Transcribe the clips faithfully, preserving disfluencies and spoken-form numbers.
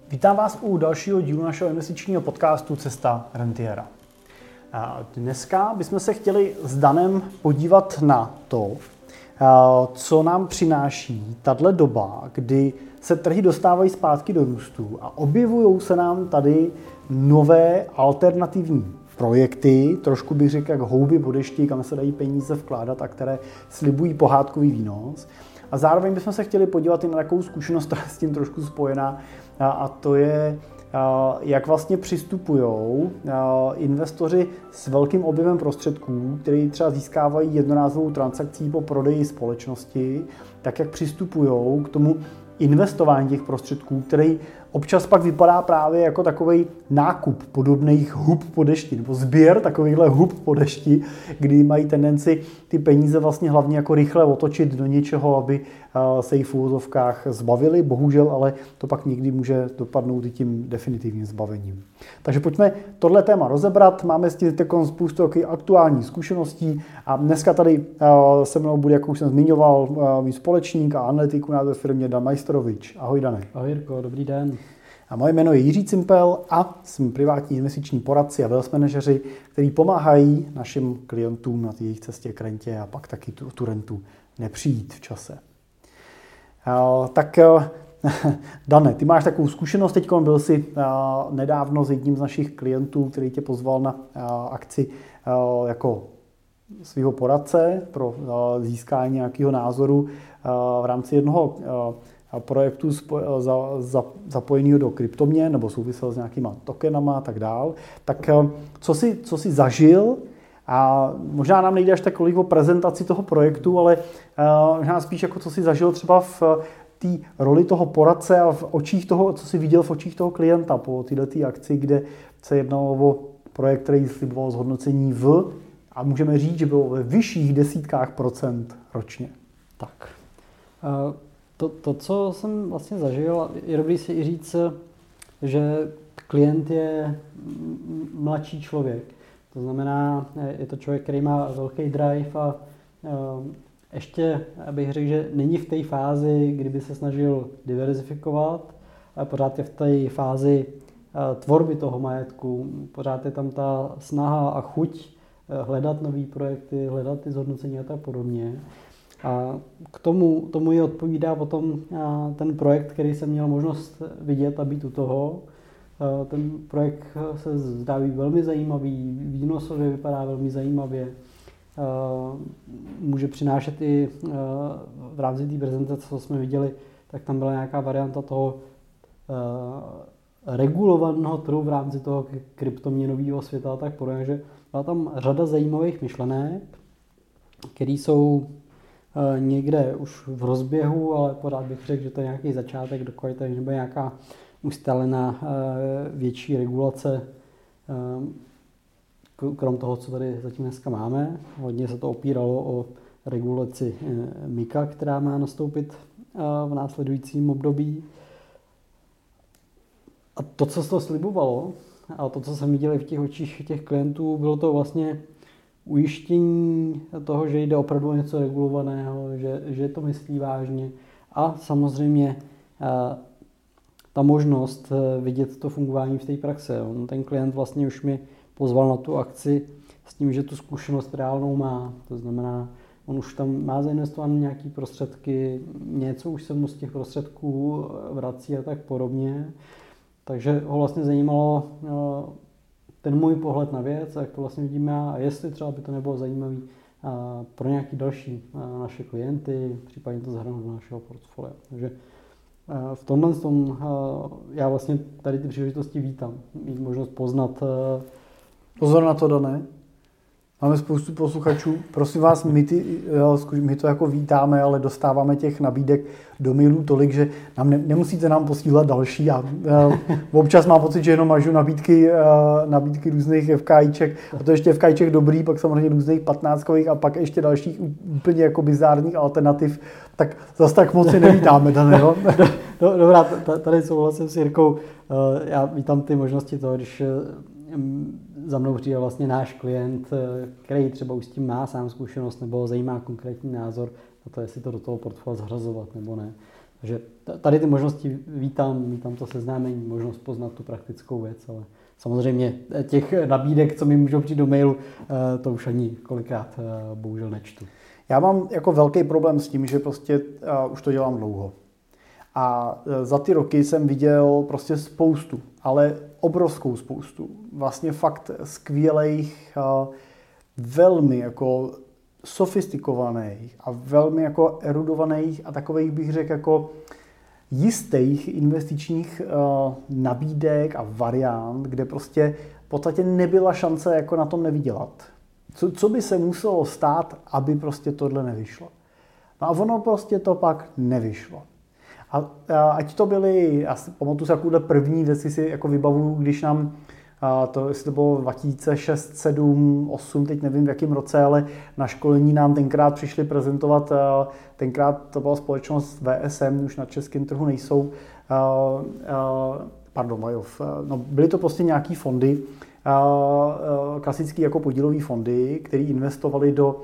Vítám vás u dalšího dílu našeho investičního podcastu Cesta rentiera. Dneska bychom se chtěli s Danem podívat na to, co nám přináší tato doba, kdy se trhy dostávají zpátky do růstu a objevují se nám tady nové alternativní projekty, trošku bych řekl jak houby po dešti, kam se dají peníze vkládat a které slibují pohádkový výnos. A zároveň bychom se chtěli podívat i na takovou zkušenost, která je s tím trošku spojená, a to je, jak vlastně přistupují investoři s velkým objemem prostředků, který třeba získávají jednorázovou transakcí po prodeji společnosti, tak jak přistupují k tomu investování těch prostředků, který občas pak vypadá právě jako takovej nákup podobných hub po dešti, nebo sběr takovýchhle hub po dešti, kdy mají tendenci ty peníze vlastně hlavně jako rychle otočit do něčeho, aby se jich v úvozovkách zbavili. Bohužel, ale to pak někdy může dopadnout i tím definitivním zbavením. Takže pojďme tohle téma rozebrat. Máme s tím spoustu aktuálních zkušeností a dneska tady se mnou bude, jak už jsem zmiňoval, můj společník a analytik u nás ve firmě Dan Majstorovič. Ahoj, Dane. Ahoj, Jirko, dobrý den. A moje jméno je Jiří Cimpel a jsem privátní investiční poradci a wealth manažeři, který pomáhají našim klientům na jejich cestě k rentě a pak taky tu, tu rentu nepřijít v čase. Tak Dane, ty máš takovou zkušenost, teď byl jsi nedávno s jedním z našich klientů, který tě pozval na akci jako svého poradce pro získání nějakého názoru v rámci jednoho projektu zapojeného do kryptoměn nebo souvisel s nějakýma tokenama a tak dál. Tak co jsi, co jsi zažil? A možná nám nejde až tak o prezentaci toho projektu, ale možná spíš jako co jsi zažil třeba v té roli toho poradce a v očích toho, co jsi viděl v očích toho klienta po této akci, kde se jednalo o projekt, který sliboval zhodnocení v, a můžeme říct, že bylo ve vyšších desítkách procent ročně. Tak. To, to, co jsem vlastně zažil, je dobrý si i říct, že klient je mladší člověk. To znamená, je to člověk, který má velký drive a ještě bych řekl, že není v té fázi, kdyby se snažil diverzifikovat, ale pořád je v té fázi tvorby toho majetku. Pořád je tam ta snaha a chuť hledat nové projekty, hledat ty zhodnocení a tak podobně. A k tomu, tomu je odpovídá potom ten projekt, který jsem měl možnost vidět a být u toho. Ten projekt se zdá být velmi zajímavý, výnosově vypadá velmi zajímavě. Může přinášet i v rámci té prezentace, co jsme viděli, tak tam byla nějaká varianta toho regulovaného trhu v rámci toho kryptoměnového světa a tak podobně. Takže byla tam řada zajímavých myšlenek, které jsou někde už v rozběhu, ale pořád bych řekl, že to je nějaký začátek, dokud tady nebude nějaká ustálená větší regulace, krom toho, co tady zatím dneska máme. Hodně se to opíralo o regulaci MiCA, která má nastoupit v následujícím období. A to, co se to slibovalo, a to, co jsem viděl v těch očích těch klientů, bylo to vlastně ujištění toho, že jde opravdu o něco regulovaného, že, že to myslí vážně a samozřejmě ta možnost vidět to fungování v té praxi. Ten klient vlastně už mi pozval na tu akci s tím, že tu zkušenost reálnou má. To znamená, on už tam má zainvestované nějaké prostředky, něco už se mu z těch prostředků vrací a tak podobně. Takže ho vlastně zajímalo ten můj pohled na věc, jak to vlastně vidíme a jestli třeba by to nebylo zajímavé pro nějaký další naše klienty, případně to zahrnout do našeho portfolia. Takže v tomhle tom já vlastně tady ty příležitosti vítám. Mít možnost poznat. Pozor na to, Dané. Máme spoustu posluchačů. Prosím vás, my, ty, my to jako vítáme, ale dostáváme těch nabídek do mailů tolik, že nám ne, nemusíte nám posílat další. A, a občas mám pocit, že jenom mažu nabídky, a, nabídky různých FKIček. A to ještě FKIček dobrý, pak samozřejmě různých patnáctkových a pak ještě dalších úplně jako bizárních alternativ. Tak zase tak moc si nevítáme, Dané. Dobrá, tady souhlasím s Jirkou. Já vítám ty možnosti toho, když za mnou přijde vlastně náš klient, který třeba už s tím má sám zkušenost nebo zajímá konkrétní názor na to, jestli to do toho portfolia zařazovat nebo ne. Takže tady ty možnosti vítám, vítám to seznámení, možnost poznat tu praktickou věc, ale samozřejmě těch nabídek, co mi můžou přijít do mailu, to už ani kolikrát bohužel nečtu. Já mám jako velký problém s tím, že prostě uh, už to dělám dlouho. A za ty roky jsem viděl prostě spoustu, ale obrovskou spoustu, vlastně fakt skvělých, uh, velmi jako sofistikovaných a velmi jako erudovaných a takových bych řekl jako jistých investičních uh, nabídek a variant, kde prostě v podstatě nebyla šance jako na tom nevydělat. Co, co by se muselo stát, aby prostě tohle nevyšlo. No a ono prostě to pak nevyšlo. A, a ať to byly, já si pamatuju si takovouhle první věci si jako vybavuju, když nám, a to, jestli to bylo dva tisíce šest, sedm, osm, teď nevím v jakém roce, ale na školení nám tenkrát přišli prezentovat, tenkrát to byla společnost V S M, už na českém trhu nejsou, a, a, pardon, Vajov, no byly to prostě nějaký fondy, klasický jako podílový fondy, které investovaly do,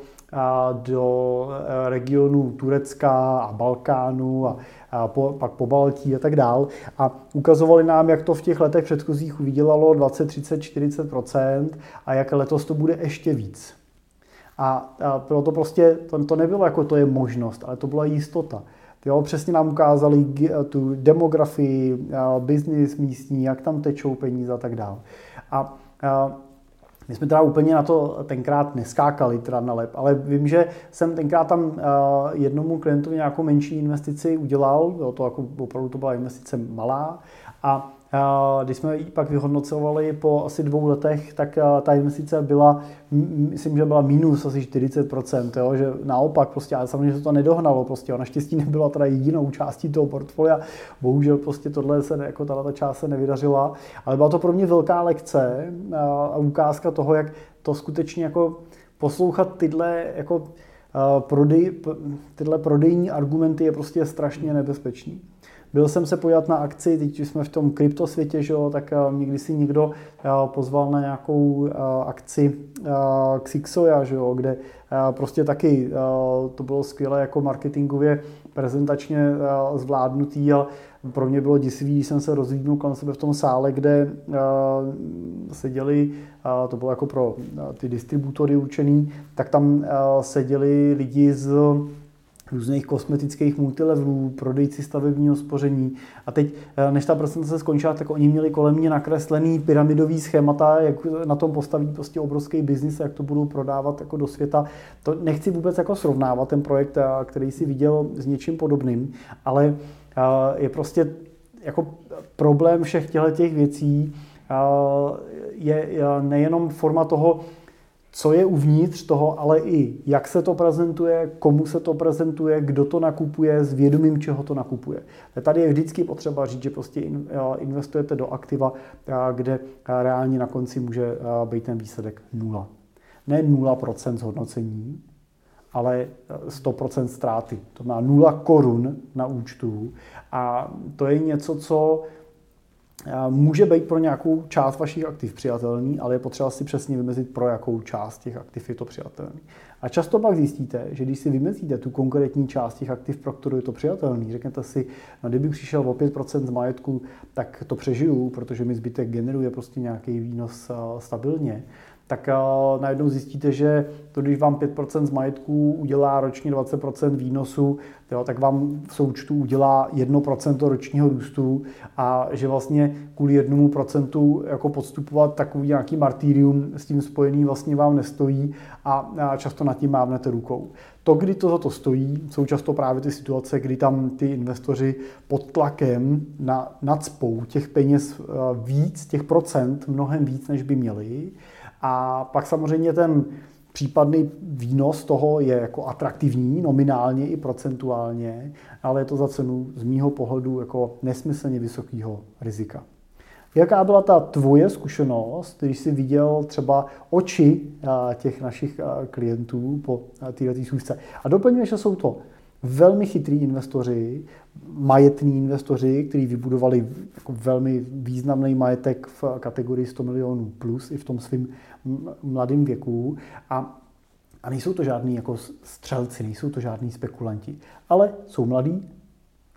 do regionu Turecka a Balkánu a, a po, pak po Baltí a tak dál. A ukazovali nám, jak to v těch letech předchozích vydělalo dvacet, třicet, čtyřicet procent a jak letos to bude ještě víc. A, a bylo to prostě, to, to nebylo jako to je možnost, ale to byla jistota. Jo, přesně nám ukázali tu demografii, biznis místní, jak tam tečou peníze a tak dále. A my jsme teda úplně na to tenkrát neskákali teda na lep, ale vím, že jsem tenkrát tam jednomu klientovi nějakou menší investici udělal, jo, to jako opravdu to byla investice malá a když jsme ji pak vyhodnocovali po asi dvou letech, tak ta investice byla, myslím, že byla minus asi čtyřicet procent, jo, že naopak prostě, ale samozřejmě se to nedohnalo, prostě, naštěstí nebyla teda jedinou částí toho portfolia, bohužel prostě tohle se, jako tato část se nevydařila, ale byla to pro mě velká lekce a ukázka toho, jak to skutečně jako poslouchat tyhle jako prodej, tyhle prodejní argumenty je prostě strašně nebezpečný. Byl jsem se podívat na akci, teď jsme v tom kryptosvětě, že jo, tak někdy si někdo pozval na nějakou akci Xixoja, že jo, kde prostě taky to bylo skvěle jako marketingově prezentačně zvládnutý a pro mě bylo děsivý, když jsem se rozlídnul kolem sebe v tom sále, kde seděli, to bylo jako pro ty distributory určený, tak tam seděli lidi z různých kosmetických multilevelů, prodejci stavebního spoření. A teď, než ta prezentace skončila, tak oni měli kolem mě nakreslený pyramidový schémata, jak na tom postaví prostě obrovský biznis, jak to budou prodávat jako do světa. To nechci vůbec jako srovnávat ten projekt, který si viděl s něčím podobným, ale je prostě jako problém všech těch věcí je nejenom forma toho, co je uvnitř toho, ale i jak se to prezentuje, komu se to prezentuje, kdo to nakupuje, s vědomím, čeho to nakupuje. Tady je vždycky potřeba říct, že prostě investujete do aktiva, kde reálně na konci může být ten výsledek nula. Ne nula procent zhodnocení, ale sto procent ztráty. To má nula korun na účtu a to je něco, co může být pro nějakou část vašich aktiv přijatelný, ale je potřeba si přesně vymezit, pro jakou část těch aktiv je to přijatelný. A často pak zjistíte, že když si vymezíte tu konkrétní část těch aktiv, pro kterou je to přijatelný, řeknete si, no kdybych přišel o pět procent z majetku, tak to přežiju, protože mi zbytek generuje prostě nějaký výnos stabilně, tak najednou zjistíte, že to, když vám pět procent z majetku udělá ročně dvacet procent výnosu, jo, tak vám v součtu udělá jedno procento ročního růstu a že vlastně kvůli jednomu procentu jako podstupovat takový nějaký martýrium s tím spojený vlastně vám nestojí a, a často nad tím mávnete rukou. To, kdy to za to stojí, jsou často právě ty situace, kdy tam ty investoři pod tlakem na, nacpou těch peněz víc, těch procent, mnohem víc, než by měli. A pak samozřejmě ten případný výnos toho je jako atraktivní, nominálně i procentuálně, ale je to za cenu z mýho pohledu jako nesmyslně vysokého rizika. Jaká byla ta tvoje zkušenost, když jsi viděl třeba oči těch našich klientů po této schůzce? A doplňuje, že jsou to velmi chytrý investoři, majetní investoři, kteří vybudovali jako velmi významný majetek v kategorii sto milionů plus i v tom svým mladém věku. A, a nejsou to žádní jako střelci, nejsou to žádní spekulanti, ale jsou mladí,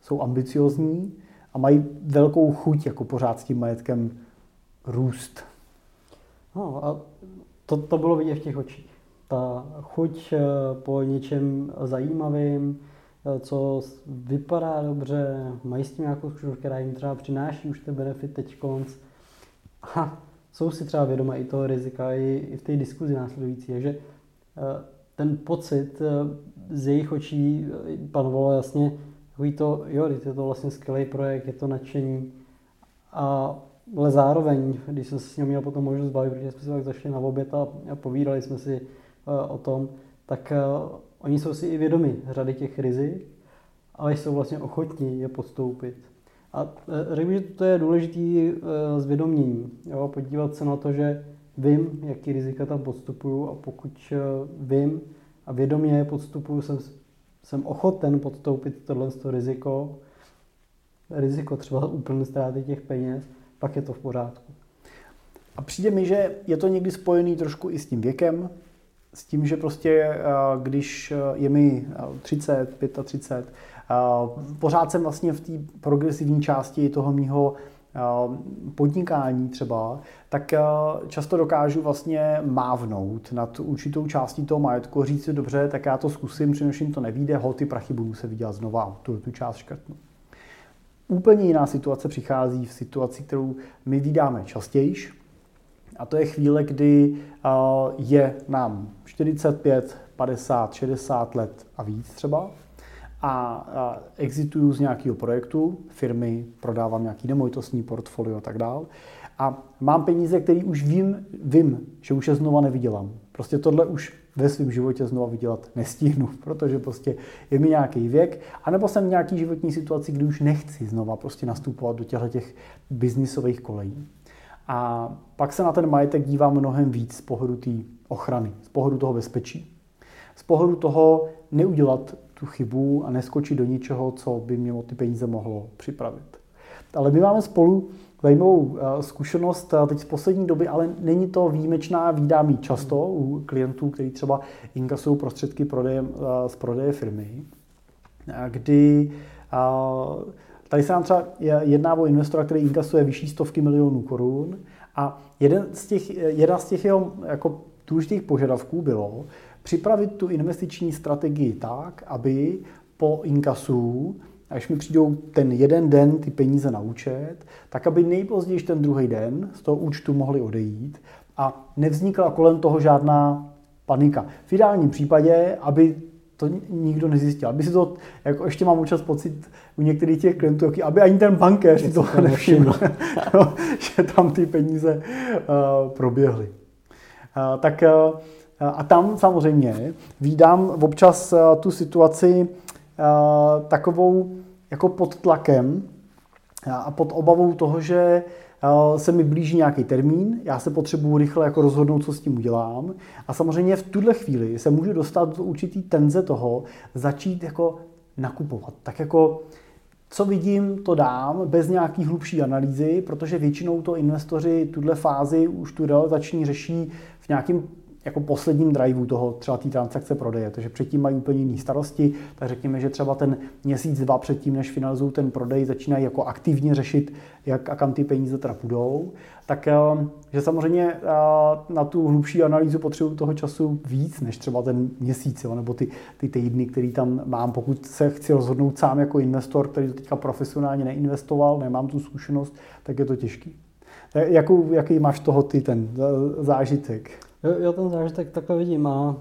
jsou ambiciozní a mají velkou chuť jako pořád s tím majetkem růst. No a to, to bylo vidět v těch očích. Ta chuť po něčem zajímavým, co vypadá dobře, mají s tím nějakou zkušenost, která jim třeba přináší už ten benefit teď konc. A jsou si třeba vědoma i toho rizika, i, i v té diskuzi následující. Takže ten pocit z jejich očí panovalo jasně, takový to, jo, je to vlastně skvělý projekt, je to nadšení. A, ale zároveň, když jsem se s ním měl potom možnost bavit, protože jsme si tak zašli na oběd a, a povídali jsme si uh, o tom, tak uh, oni jsou si i vědomi řady těch rizik, ale jsou vlastně ochotní je podstoupit. A uh, řekl bych, že to je důležitý uh, zvědomění, jo, podívat se na to, že vím, jaký rizika tam podstupuju a pokud uh, vím a vědomě je podstupuju, jsem, jsem ochoten podstoupit tohle riziko, riziko třeba úplné ztráty těch peněz, pak je to v pořádku. A přijde mi, že je to někdy spojený trošku i s tím věkem, s tím, že prostě když je mi třicet, třicet pět, pořád jsem vlastně v té progresivní části toho mýho podnikání třeba, tak často dokážu vlastně mávnout nad určitou částí toho majetku, říct si dobře, tak já to zkusím, přineším to nevíde, ho, ty prachy budu se vydělat znova, tu, tu část škrtnu. Úplně jiná situace přichází v situaci, kterou my vídáme častějiš, a to je chvíle, kdy je nám čtyřicet pět, padesát, šedesát let a víc třeba a exituju z nějakého projektu, firmy, prodávám nějaký nemovitostní portfolio a tak dál a mám peníze, které už vím, vím, že už je znova nevydělám. Prostě tohle už ve svém životě znova vydělat nestihnu, protože prostě je mi nějaký věk, anebo jsem v nějaký životní situaci, kdy už nechci znova prostě nastupovat do těchto těch biznisových kolejí. A pak se na ten majetek dívám mnohem víc z pohledu té ochrany, z pohledu toho bezpečí. Z pohledu toho neudělat tu chybu a neskočit do ničeho, co by mě o ty peníze mohlo připravit. Ale my máme spolu zajímavou zkušenost teď z poslední doby, ale není to výjimečná, vídám ji často u klientů, kteří třeba inkasují prostředky prodejem, z prodeje firmy, kdy tady se nám třeba jedná o investora, který inkasuje vyšší stovky milionů korun a jeden z těch, jedna z těch jeho jako důležitých požadavků bylo připravit tu investiční strategii tak, aby po inkasu, až mi přijdou ten jeden den ty peníze na účet, tak aby nejpozději ten druhý den z toho účtu mohli odejít a nevznikla kolem toho žádná panika. V ideálním případě, aby to nikdo nezjistil. Aby si to, jako ještě mám občas pocit u některých těch klientů, aby ani ten bankéř si to nevšiml, že tam ty peníze uh, proběhly. Uh, tak uh, a tam samozřejmě vídám občas uh, tu situaci uh, takovou jako pod tlakem a pod obavou toho, že se mi blíží nějaký termín, já se potřebuji rychle jako rozhodnout, co s tím udělám. A samozřejmě v tuhle chvíli se můžu dostat do určitý tenze toho, začít jako nakupovat. Tak jako, co vidím, to dám, bez nějaký hlubší analýzy, protože většinou to investoři tuhle fázi už tu realizační řeší v nějakým jako posledním driveu toho třeba té transakce prodeje. Takže předtím mají úplně jiné starosti, tak řekněme, že třeba ten měsíc, dva předtím, než finalizují ten prodej, začínají jako aktivně řešit, jak a kam ty peníze teda půjdou. Tak že samozřejmě na tu hlubší analýzu potřebuji toho času víc, než třeba ten měsíc, jo, nebo ty, ty týdny, který tam mám. Pokud se chci rozhodnout sám jako investor, který teďka profesionálně neinvestoval, nemám tu zkušenost, tak je to těžký. Jakou, jaký máš toho ty ten zážitek? Já ten zážitek takhle vidím a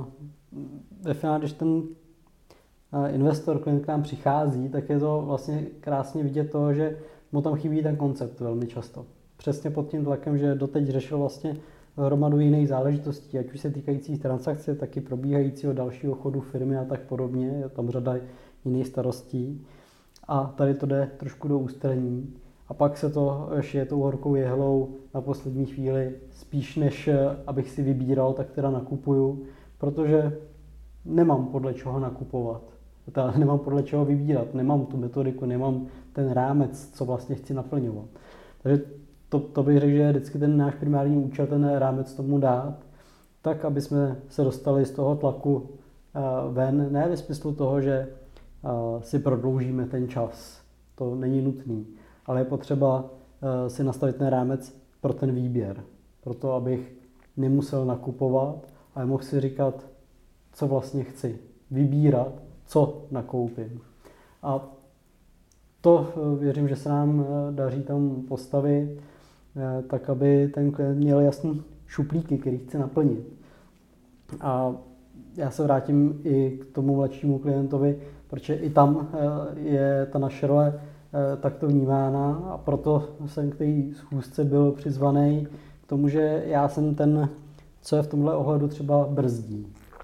ve finále, když ten investor, klient k nám přichází, tak je to vlastně krásně vidět to, že mu tam chybí ten koncept velmi často. Přesně pod tím tlakem, že doteď řešil vlastně hromadu jiných záležitostí, ať už se týkající transakce, tak i probíhajícího dalšího chodu firmy a tak podobně. Je tam řada jiných starostí a tady to jde trošku do ústraní. A pak se to šije tou horkou jehlou na poslední chvíli, spíš než abych si vybíral, tak teda nakupuju, protože nemám podle čeho nakupovat, teda nemám podle čeho vybírat, nemám tu metodiku, nemám ten rámec, co vlastně chci naplňovat. Takže to, to bych řekl, že je vždycky ten náš primární účel, ten rámec tomu dát, tak, aby jsme se dostali z toho tlaku ven, ne ve smyslu toho, že si prodloužíme ten čas. To není nutný, ale je potřeba si nastavit ten rámec pro ten výběr. Proto, abych nemusel nakupovat, ale mohl si říkat, co vlastně chci. Vybírat, co nakoupím. A to věřím, že se nám daří tam postavit, tak aby ten klient měl jasný šuplíky, který chce naplnit. A já se vrátím i k tomu mladšímu klientovi, protože i tam je ta naše role takto vnímána a proto jsem k té schůzce byl přizvaný k tomu, že já jsem ten, co je v tomhle ohledu třeba brzdí.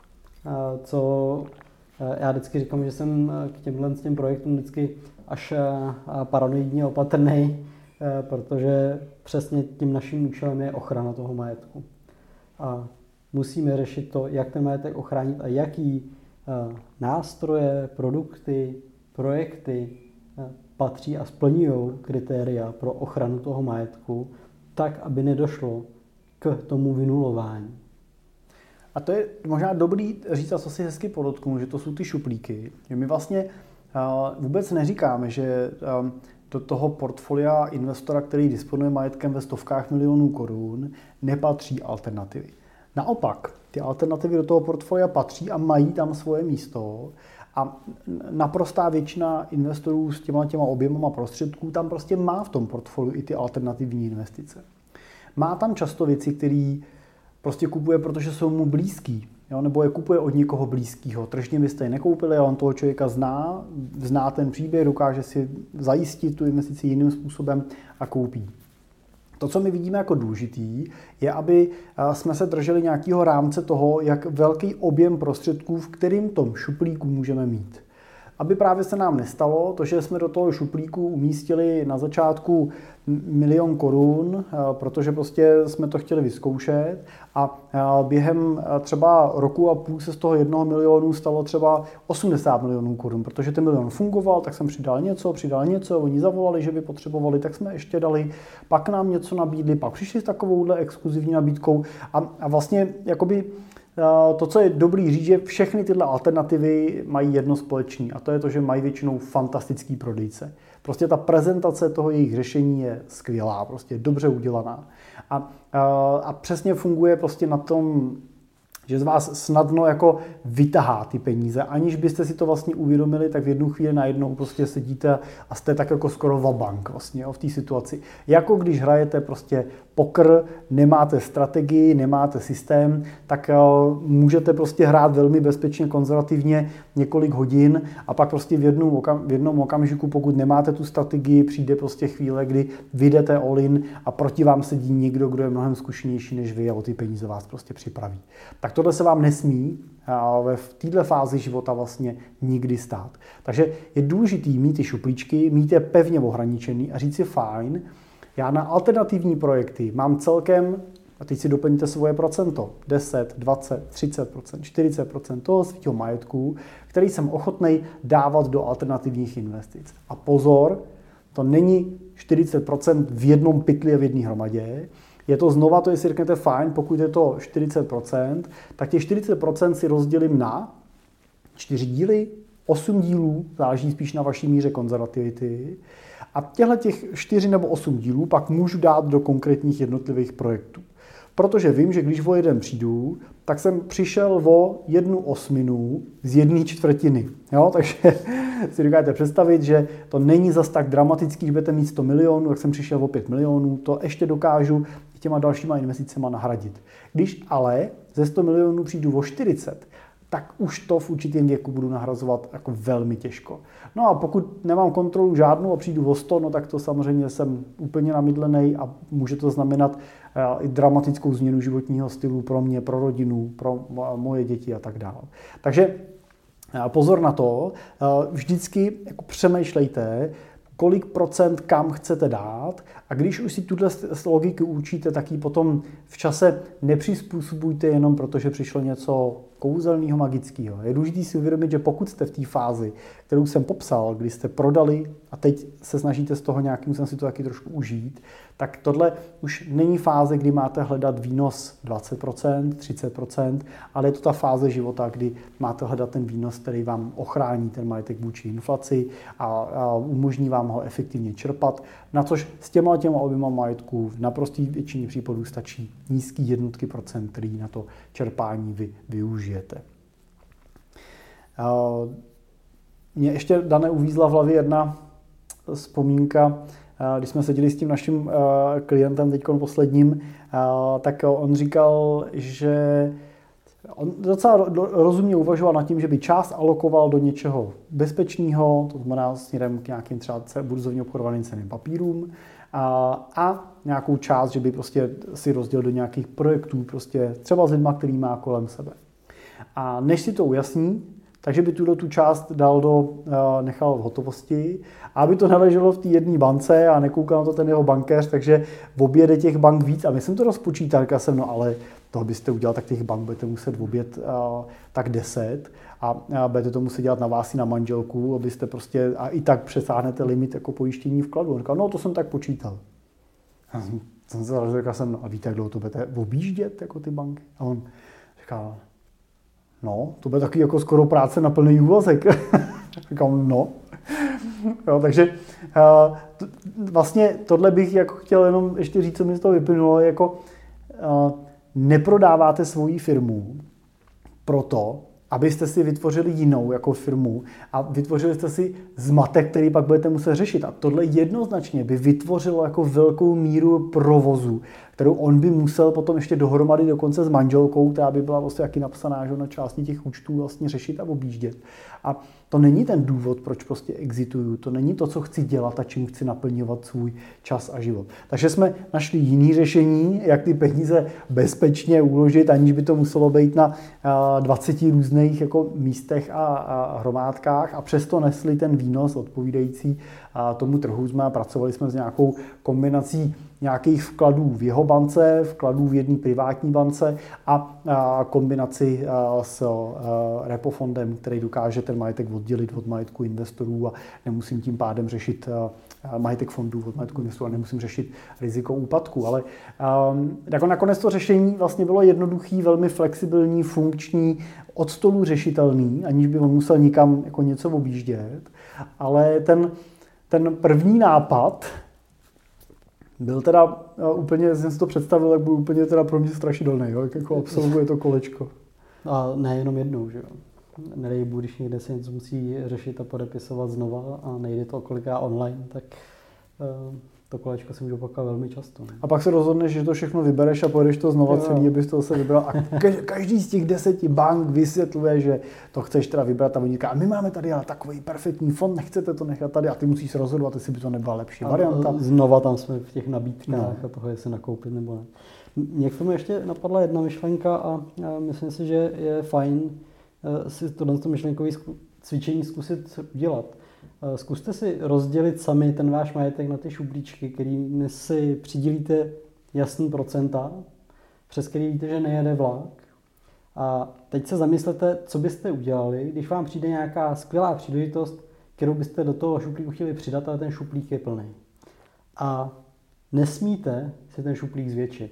Co já vždycky říkám, že jsem k těmhle s těm projektům vždycky až paranoidně opatrný, protože přesně tím naším účelem je ochrana toho majetku. A musíme řešit to, jak ten majetek ochránit a jaký nástroje, produkty, projekty patří a splňují kritéria pro ochranu toho majetku, tak, aby nedošlo k tomu vynulování. A to je možná dobrý říct, a co si hezky podotknu, že to jsou ty šuplíky. Že my vlastně uh, vůbec neříkáme, že um, do toho portfolia investora, který disponuje majetkem ve stovkách milionů korun, nepatří alternativy. Naopak, ty alternativy do toho portfolia patří a mají tam svoje místo a naprostá většina investorů s těma, těma objemama prostředků tam prostě má v tom portfoliu i ty alternativní investice. Má tam často věci, které prostě kupuje, protože jsou mu blízký, jo? Nebo je kupuje od někoho blízkého. Tržně byste je nekoupili, ale on toho člověka zná, zná ten příběh, dokáže si zajistit tu investici jiným způsobem a koupí. To, co my vidíme jako důležitý, je, aby jsme se drželi nějakého rámce toho, jak velký objem prostředků, v kterým tom šuplíku můžeme mít. Aby právě se nám nestalo to, že jsme do toho šuplíku umístili na začátku milion korun, protože prostě jsme to chtěli vyzkoušet a během třeba roku a půl se z toho jednoho milionu stalo třeba osmdesát milionů korun, protože ten milion fungoval, tak jsem přidal něco, přidal něco, oni zavolali, že by potřebovali, tak jsme ještě dali, pak nám něco nabídli, pak přišli s takovouhle exkluzivní nabídkou a, a vlastně jakoby to, co je dobrý říct, že všechny tyhle alternativy mají jedno společné a to je to, že mají většinou fantastický prodejce. Prostě ta prezentace toho jejich řešení je skvělá, prostě dobře udělaná. A, a, a přesně funguje prostě na tom, že z vás snadno jako vytahá ty peníze. Aniž byste si to vlastně uvědomili, tak v jednu chvíli najednou prostě sedíte a jste tak jako skoro vabank vlastně jo, v té situaci. Jako když hrajete prostě poker, nemáte strategii, nemáte systém, tak uh, můžete prostě hrát velmi bezpečně, konzervativně několik hodin a pak prostě v jednom, okam, v jednom okamžiku, pokud nemáte tu strategii, přijde prostě chvíle, kdy vyjdete all in a proti vám sedí někdo, kdo je mnohem zkušenější než vy a o ty peníze vás prostě připraví. Tak tohle se vám nesmí uh, v této fázi života vlastně nikdy stát. Takže je důležitý mít ty šuplíčky, mít je pevně ohraničený a říct si fajn, já na alternativní projekty mám celkem, a teď si doplňte svoje procento, deset, dvacet, třicet procent, čtyřicet procent toho svého majetku, který jsem ochotný dávat do alternativních investic. A pozor, to není čtyřicet procent v jednom pytli a v jedné hromadě. Je to znova, to jestli řeknete fajn, pokud je to čtyřicet procent, tak těch čtyřicet procent si rozdělím na čtyři díly, osm dílů, záleží spíš na vaší míře konzervativity. A těchto těch čtyři nebo osm dílů pak můžu dát do konkrétních jednotlivých projektů. Protože vím, že když o jeden přijdu, tak jsem přišel o jednu osminu z jedné čtvrtiny. Jo? Takže si dokážete představit, že to není zas tak dramatický, že budete mít sto milionů, tak jsem přišel o pět milionů, to ještě dokážu těma dalšíma investicema nahradit. Když ale ze sto milionů přijdu o čtyřicet, tak už to v určitém věku budu nahrazovat jako velmi těžko. No a pokud nemám kontrolu žádnou a přijdu o sto, no tak to samozřejmě jsem úplně namydlený a může to znamenat i dramatickou změnu životního stylu pro mě, pro rodinu, pro moje děti a tak dále. Takže pozor na to, vždycky jako přemýšlejte, kolik procent kam chcete dát A když už si tuhle logiku učíte, tak ji potom v čase nepřizpůsobujte jenom proto, že přišlo něco kouzelného, magického. Je důležité si uvědomit, že pokud jste v té fázi, kterou jsem popsal, kdy jste prodali a teď se snažíte z toho nějakým způsobem si to taky trošku užít, tak tohle už není fáze, kdy máte hledat výnos dvacet procent, třicet procent, ale je to ta fáze života, kdy máte hledat ten výnos, který vám ochrání ten majetek vůči inflaci a, a umožní vám ho efektivně čerpat, na což s těma těma objema majetku v naprosté většině případů stačí nízký jednotky procent, který na to čerpání vy využijete. Mně ještě, Dane, uvízla v hlavě jedna vzpomínka, když jsme seděli s tím naším klientem teď posledním, tak on říkal, že on docela rozumně uvažoval nad tím, že by část alokoval do něčeho bezpečného, to znamená směrem k nějakým třeba burzovně obchodovaným cenným papírům, a, a nějakou část, že by prostě si rozdělil do nějakých projektů, prostě třeba s lidma, který má kolem sebe. A než si to ujasní, takže by tuto tu část dal do, nechal v hotovosti, a aby to neleželo v té jedné bance a nekoukal na to ten jeho bankéř, takže objede těch bank víc. A my jsem to rozpočítal, říkal jsem, no ale toho byste udělal, tak těch bank budete muset objet uh, tak deset a, a budete to muset dělat na vás i na manželku, abyste prostě, a i tak přesáhnete limit jako pojištění vkladu. On říkal, no to jsem tak počítal. A jsem, jsem se říkal, jsem, no a víte, jak dlouho to budete objíždět jako ty banky? A on říkal, no, to bude taky jako skoro práce na plný úvazek. Říkám, no. Jo, takže uh, t- vlastně tohle bych jako chtěl jenom ještě říct, co mi z toho vyplynulo, jako uh, neprodáváte svoji firmu proto, abyste si vytvořili jinou jako firmu a vytvořili jste si zmatek, který pak budete muset řešit. A tohle jednoznačně by vytvořilo jako velkou míru provozu, kterou on by musel potom ještě dohromady dokonce s manželkou, která by byla vlastně taky napsaná, že na části těch účtů vlastně řešit a objíždět. A to není ten důvod, proč prostě exituju. To není to, co chci dělat a čím chci naplňovat svůj čas a život. Takže jsme našli jiný řešení, jak ty peníze bezpečně uložit, aniž by to muselo být na dvaceti různých jako místech a, a hromádkách, a přesto nesli ten výnos odpovídající tomu trhu. Jsme a pracovali jsme s nějakou kombinací nějakých vkladů v jeho bance, vkladů v jedné privátní bance a, a kombinaci a, s a, repo fondem, který dokáže ten majetek oddělit od majetku investorů a nemusím tím pádem řešit a, majetek fondů od majetku investorů a nemusím řešit riziko úpadku. Ale a, jako nakonec to řešení vlastně bylo jednoduchý, velmi flexibilní, funkční, od stolu řešitelný, aniž by on musel nikam jako něco objíždět. Ale ten, ten první nápad byl teda uh, úplně, jsem si to představil, tak byl úplně teda pro mě strašidelný, jo, jak jako absolvuje to kolečko. A nejenom jednou, že jo. Nedej bůh, když někde se něco musí řešit a podepisovat znova a nejde to kolikrát online, tak uh, to kolečko se může opakovat velmi často. Ne? A pak se rozhodneš, že to všechno vybereš a pojedeš to znova jo. celý, abys to se vybral. A každý z těch deseti bank vysvětluje, že to chceš teda vybrat a oni říká, a my máme tady ale takový perfektní fond, nechcete to nechat tady a ty musíš se rozhodovat, jestli by to nebyla lepší a varianta. Znova tam jsme v těch nabídkách no. a toho, jestli nakoupit nebo ne. Mě k tomu ještě napadla jedna myšlenka a myslím si, že je fajn si tohle myšlenkové cvičení zkusit udělat. Zkuste si rozdělit sami ten váš majetek na ty šuplíčky, kterými si přidělíte jasný procenta, přes který víte, že nejede vlak. A teď se zamyslete, co byste udělali, když vám přijde nějaká skvělá příležitost, kterou byste do toho šuplíku chtěli přidat, ale ten šuplík je plný. A nesmíte si ten šuplík zvětšit.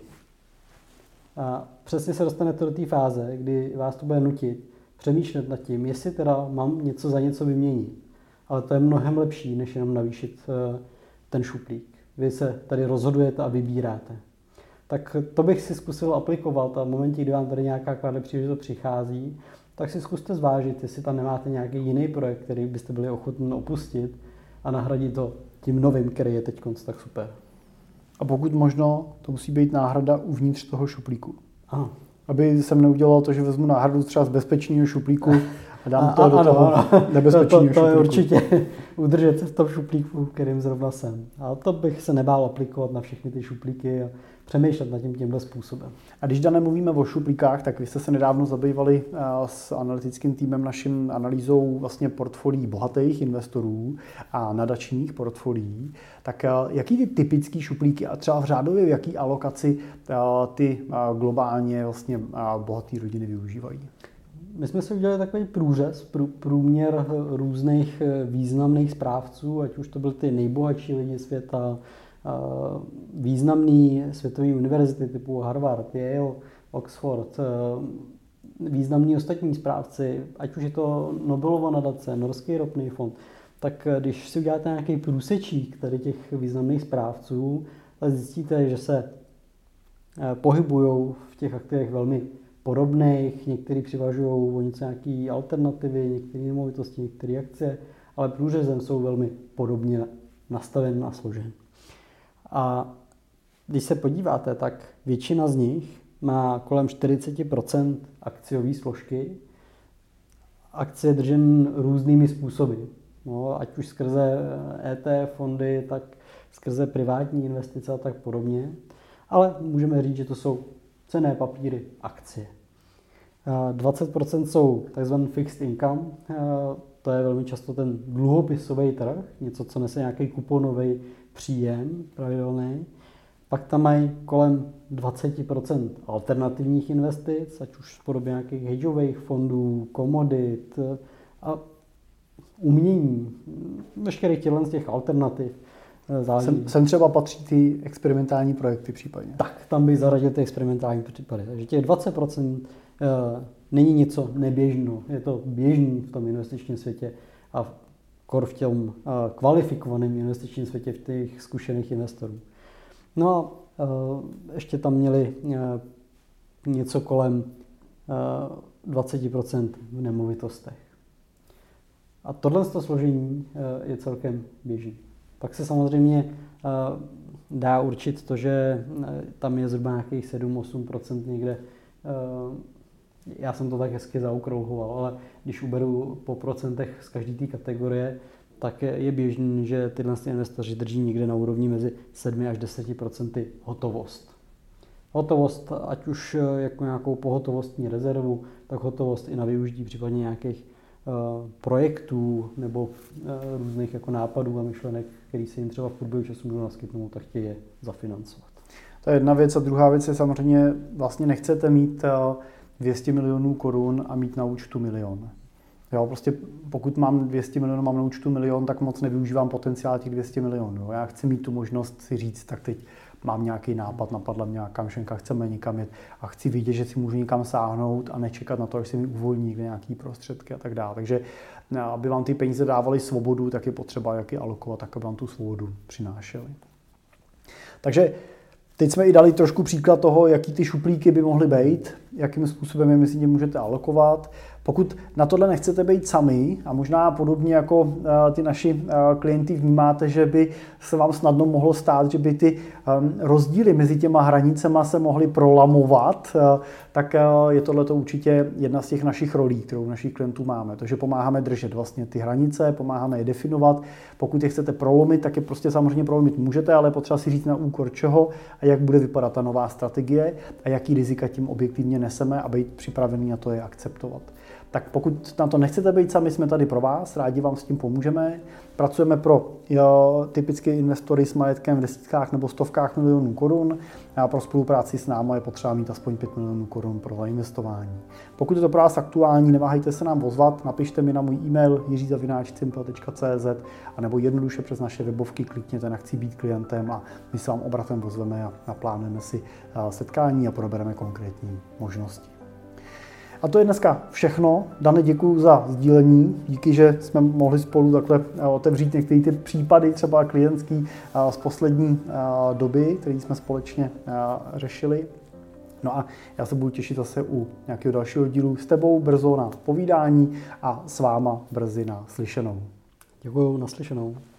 A přesně se dostanete do té fáze, kdy vás to bude nutit přemýšlet nad tím, jestli teda mám něco za něco vyměnit. Ale to je mnohem lepší, než jenom navýšit ten šuplík. Vy se tady rozhodujete a vybíráte. Tak to bych si zkusil aplikovat a v momentě, kdy vám tady nějaká kvádle příležitost přichází, tak si zkuste zvážit, jestli tam nemáte nějaký jiný projekt, který byste byli ochotní opustit a nahradit to tím novým, který je teď tak super. A pokud možno, to musí být náhrada uvnitř toho šuplíku. Aha. Aby jsem neudělal to, že vezmu náhradu třeba z bezpečného šuplíku dám to a, do ano, toho ano. nebezpečného to, to, to je určitě udržet se v tom šuplíku, kterým zrovna jsem. A to bych se nebál aplikovat na všechny ty šuplíky a přemýšlet nad tím tímhle způsobem. A když Dane mluvíme o šuplíkách, tak vy jste se nedávno zabývali s analytickým týmem naším analýzou vlastně portfolií bohatých investorů a nadačních portfolií. Tak jaký ty typický šuplíky a třeba v řádově v jaký alokaci ty globálně vlastně bohaté rodiny využívají? My jsme si udělali takový průřez, průměr různých významných správců, ať už to byly ty nejbohatší lidi světa, významný světové univerzity typu Harvard, Yale, Oxford, významní ostatní správci, ať už je to Nobelova nadace, Norský ropný fond, tak když si uděláte nějaký průsečík tady těch významných správců, tak zjistíte, že se pohybují v těch aktivech velmi podobných, někteří přivažují o něco nějaké alternativy, některé nemovitosti, některé akcie, ale průřezem jsou velmi podobně nastaven a složen. A když se podíváte, tak většina z nich má kolem čtyřicet procent akciové složky. Akcie je držen různými způsoby. No, ať už skrze E T F fondy, tak skrze privátní investice a tak podobně. Ale můžeme říct, že to jsou cenné papíry, akcie. dvacet procent jsou tzv. Fixed income. To je velmi často ten dluhopisový trh, něco, co nese nějaký kuponový příjem pravidelný. Pak tam mají kolem dvacet procent alternativních investic, ať už v podobě nějakých hedžových fondů, komodit a umění, veškerých těchto z těch alternativ. Sem, sem třeba patří ty experimentální projekty případně. Tak, tam bych zaradil ty experimentální případy. Takže těch dvacet procent uh, není něco neběžného. Je to běžný v tom investičním světě a kor v tom uh, kvalifikovaném investičním světě v těch zkušených investorů. No a uh, ještě tam měli uh, něco kolem uh, dvacet procent v nemovitostech. A tohle složení uh, je celkem běžný. Pak se samozřejmě uh, dá určit to, že uh, tam je zhruba nějakých sedm až osm procent někde. Uh, já jsem to tak hezky zaokrouhoval, ale když uberu po procentech z každé té kategorie, tak je, je běžný, že tyhle investoři drží někde na úrovni mezi sedm až deset procent hotovost. Hotovost, ať už jako nějakou pohotovostní rezervu, tak hotovost i na využití případně nějakých uh, projektů nebo uh, různých jako nápadů a myšlenek, který se jim třeba v průběhu času můžou naskytnout, tak chtějí je zafinancovat. To je jedna věc a druhá věc je samozřejmě, vlastně nechcete mít dvě stě milionů korun a mít na účtu milion. Jo, prostě pokud mám dvě stě milionů, mám na účtu milion, tak moc nevyužívám potenciál těch dvě stě milionů. Já chci mít tu možnost si říct, tak teď mám nějaký nápad, napadla mě nějaká myšlenka, chceme někam jet a chci vidět, že si můžu někam sáhnout a nečekat na to, až se mi uvolní nějaký prostředky a tak dále. Takže aby vám ty peníze dávaly svobodu, tak je potřeba jak je alokovat, tak aby vám tu svobodu přinášely. Takže teď jsme i dali trošku příklad toho, jaký ty šuplíky by mohly být, jakým způsobem je mezi ně můžete alokovat. Pokud na tohle nechcete být sami a možná podobně jako ty naši klienty vnímáte, že by se vám snadno mohlo stát, že by ty rozdíly mezi těma hranicema se mohly prolamovat, tak je tohleto určitě jedna z těch našich rolí, kterou našich klientů máme. Takže pomáháme držet vlastně ty hranice, pomáháme je definovat. Pokud je chcete prolomit, tak je prostě samozřejmě prolomit můžete, ale potřeba si říct na úkor čeho a jak bude vypadat ta nová strategie a jaký rizika tím objektivně neseme a být připravený na to je akceptovat. Tak pokud na to nechcete být sami, jsme tady pro vás, rádi vám s tím pomůžeme. Pracujeme pro jo, typické investory s majetkem v desítkách nebo stovkách milionů korun a pro spolupráci s námi je potřeba mít aspoň pět milionů korun pro zainvestování. Pokud je to pro vás aktuální, neváhejte se nám ozvat, napište mi na můj e-mail jiří zavináč cimpel tečka cé zet a nebo jednoduše přes naše webovky klikněte na chci být klientem a my se vám obratem ozveme a naplánujeme si setkání a probereme konkrétní možnosti. A to je dneska všechno. Dane, děkuji za sdílení. Díky, že jsme mohli spolu takhle otevřít některé ty případy, třeba klientský z poslední doby, které jsme společně řešili. No a já se budu těšit zase u nějakého dalšího dílu s tebou brzo na povídání a s váma brzy na slyšenou. Děkuji, naslyšenou.